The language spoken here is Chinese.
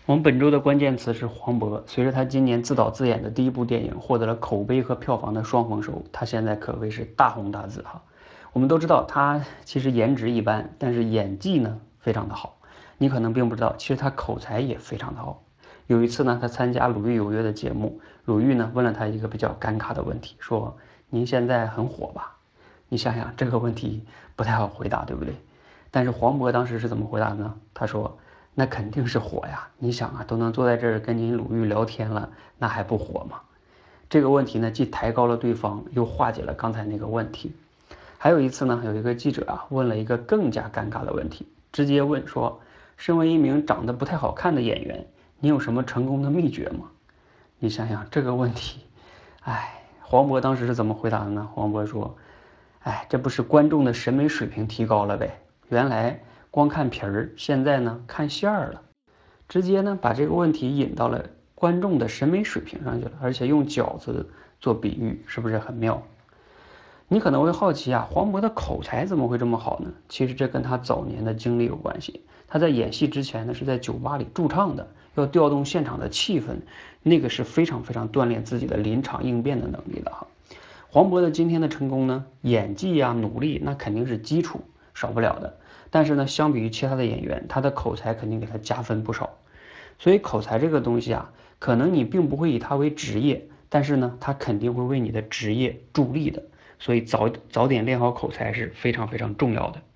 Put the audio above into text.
我们本周的关键词是黄渤。随着他今年自导自演的第一部电影获得了口碑和票房的双丰收，他现在可谓是大红大紫哈。我们都知道他其实颜值一般，但是演技呢非常的好。你可能并不知道，其实他口才也非常的好。有一次呢，他参加鲁豫有约的节目，鲁豫呢问了他一个比较尴尬的问题，说：“您现在很火吧？”你想想这个问题不太好回答，对不对？但是黄渤当时是怎么回答的呢？他说：“那肯定是火呀！你想啊，都能坐在这儿跟您鲁豫聊天了，那还不火吗？”这个问题呢，既抬高了对方，又化解了刚才那个问题。还有一次呢，有一个记者啊问了一个更加尴尬的问题，直接问说：“身为一名长得不太好看的演员，你有什么成功的秘诀吗？”你想想这个问题，哎，黄渤当时是怎么回答的呢？黄渤说：“哎，这不是观众的审美水平提高了呗？原来光看皮儿，现在呢看馅儿了。”直接呢把这个问题引到了观众的审美水平上去了，而且用饺子做比喻，是不是很妙？你可能会好奇啊，黄渤的口才怎么会这么好呢？其实这跟他早年的经历有关系。他在演戏之前呢，是在酒吧里驻唱的，要调动现场的气氛，那个是非常非常锻炼自己的临场应变的能力的哈。黄渤的今天的成功呢，演技啊、努力那肯定是基础，少不了的。但是呢，相比于其他的演员，他的口才肯定给他加分不少。所以口才这个东西啊，可能你并不会以它为职业，但是呢，它肯定会为你的职业助力的。所以早点练好口才是非常非常重要的。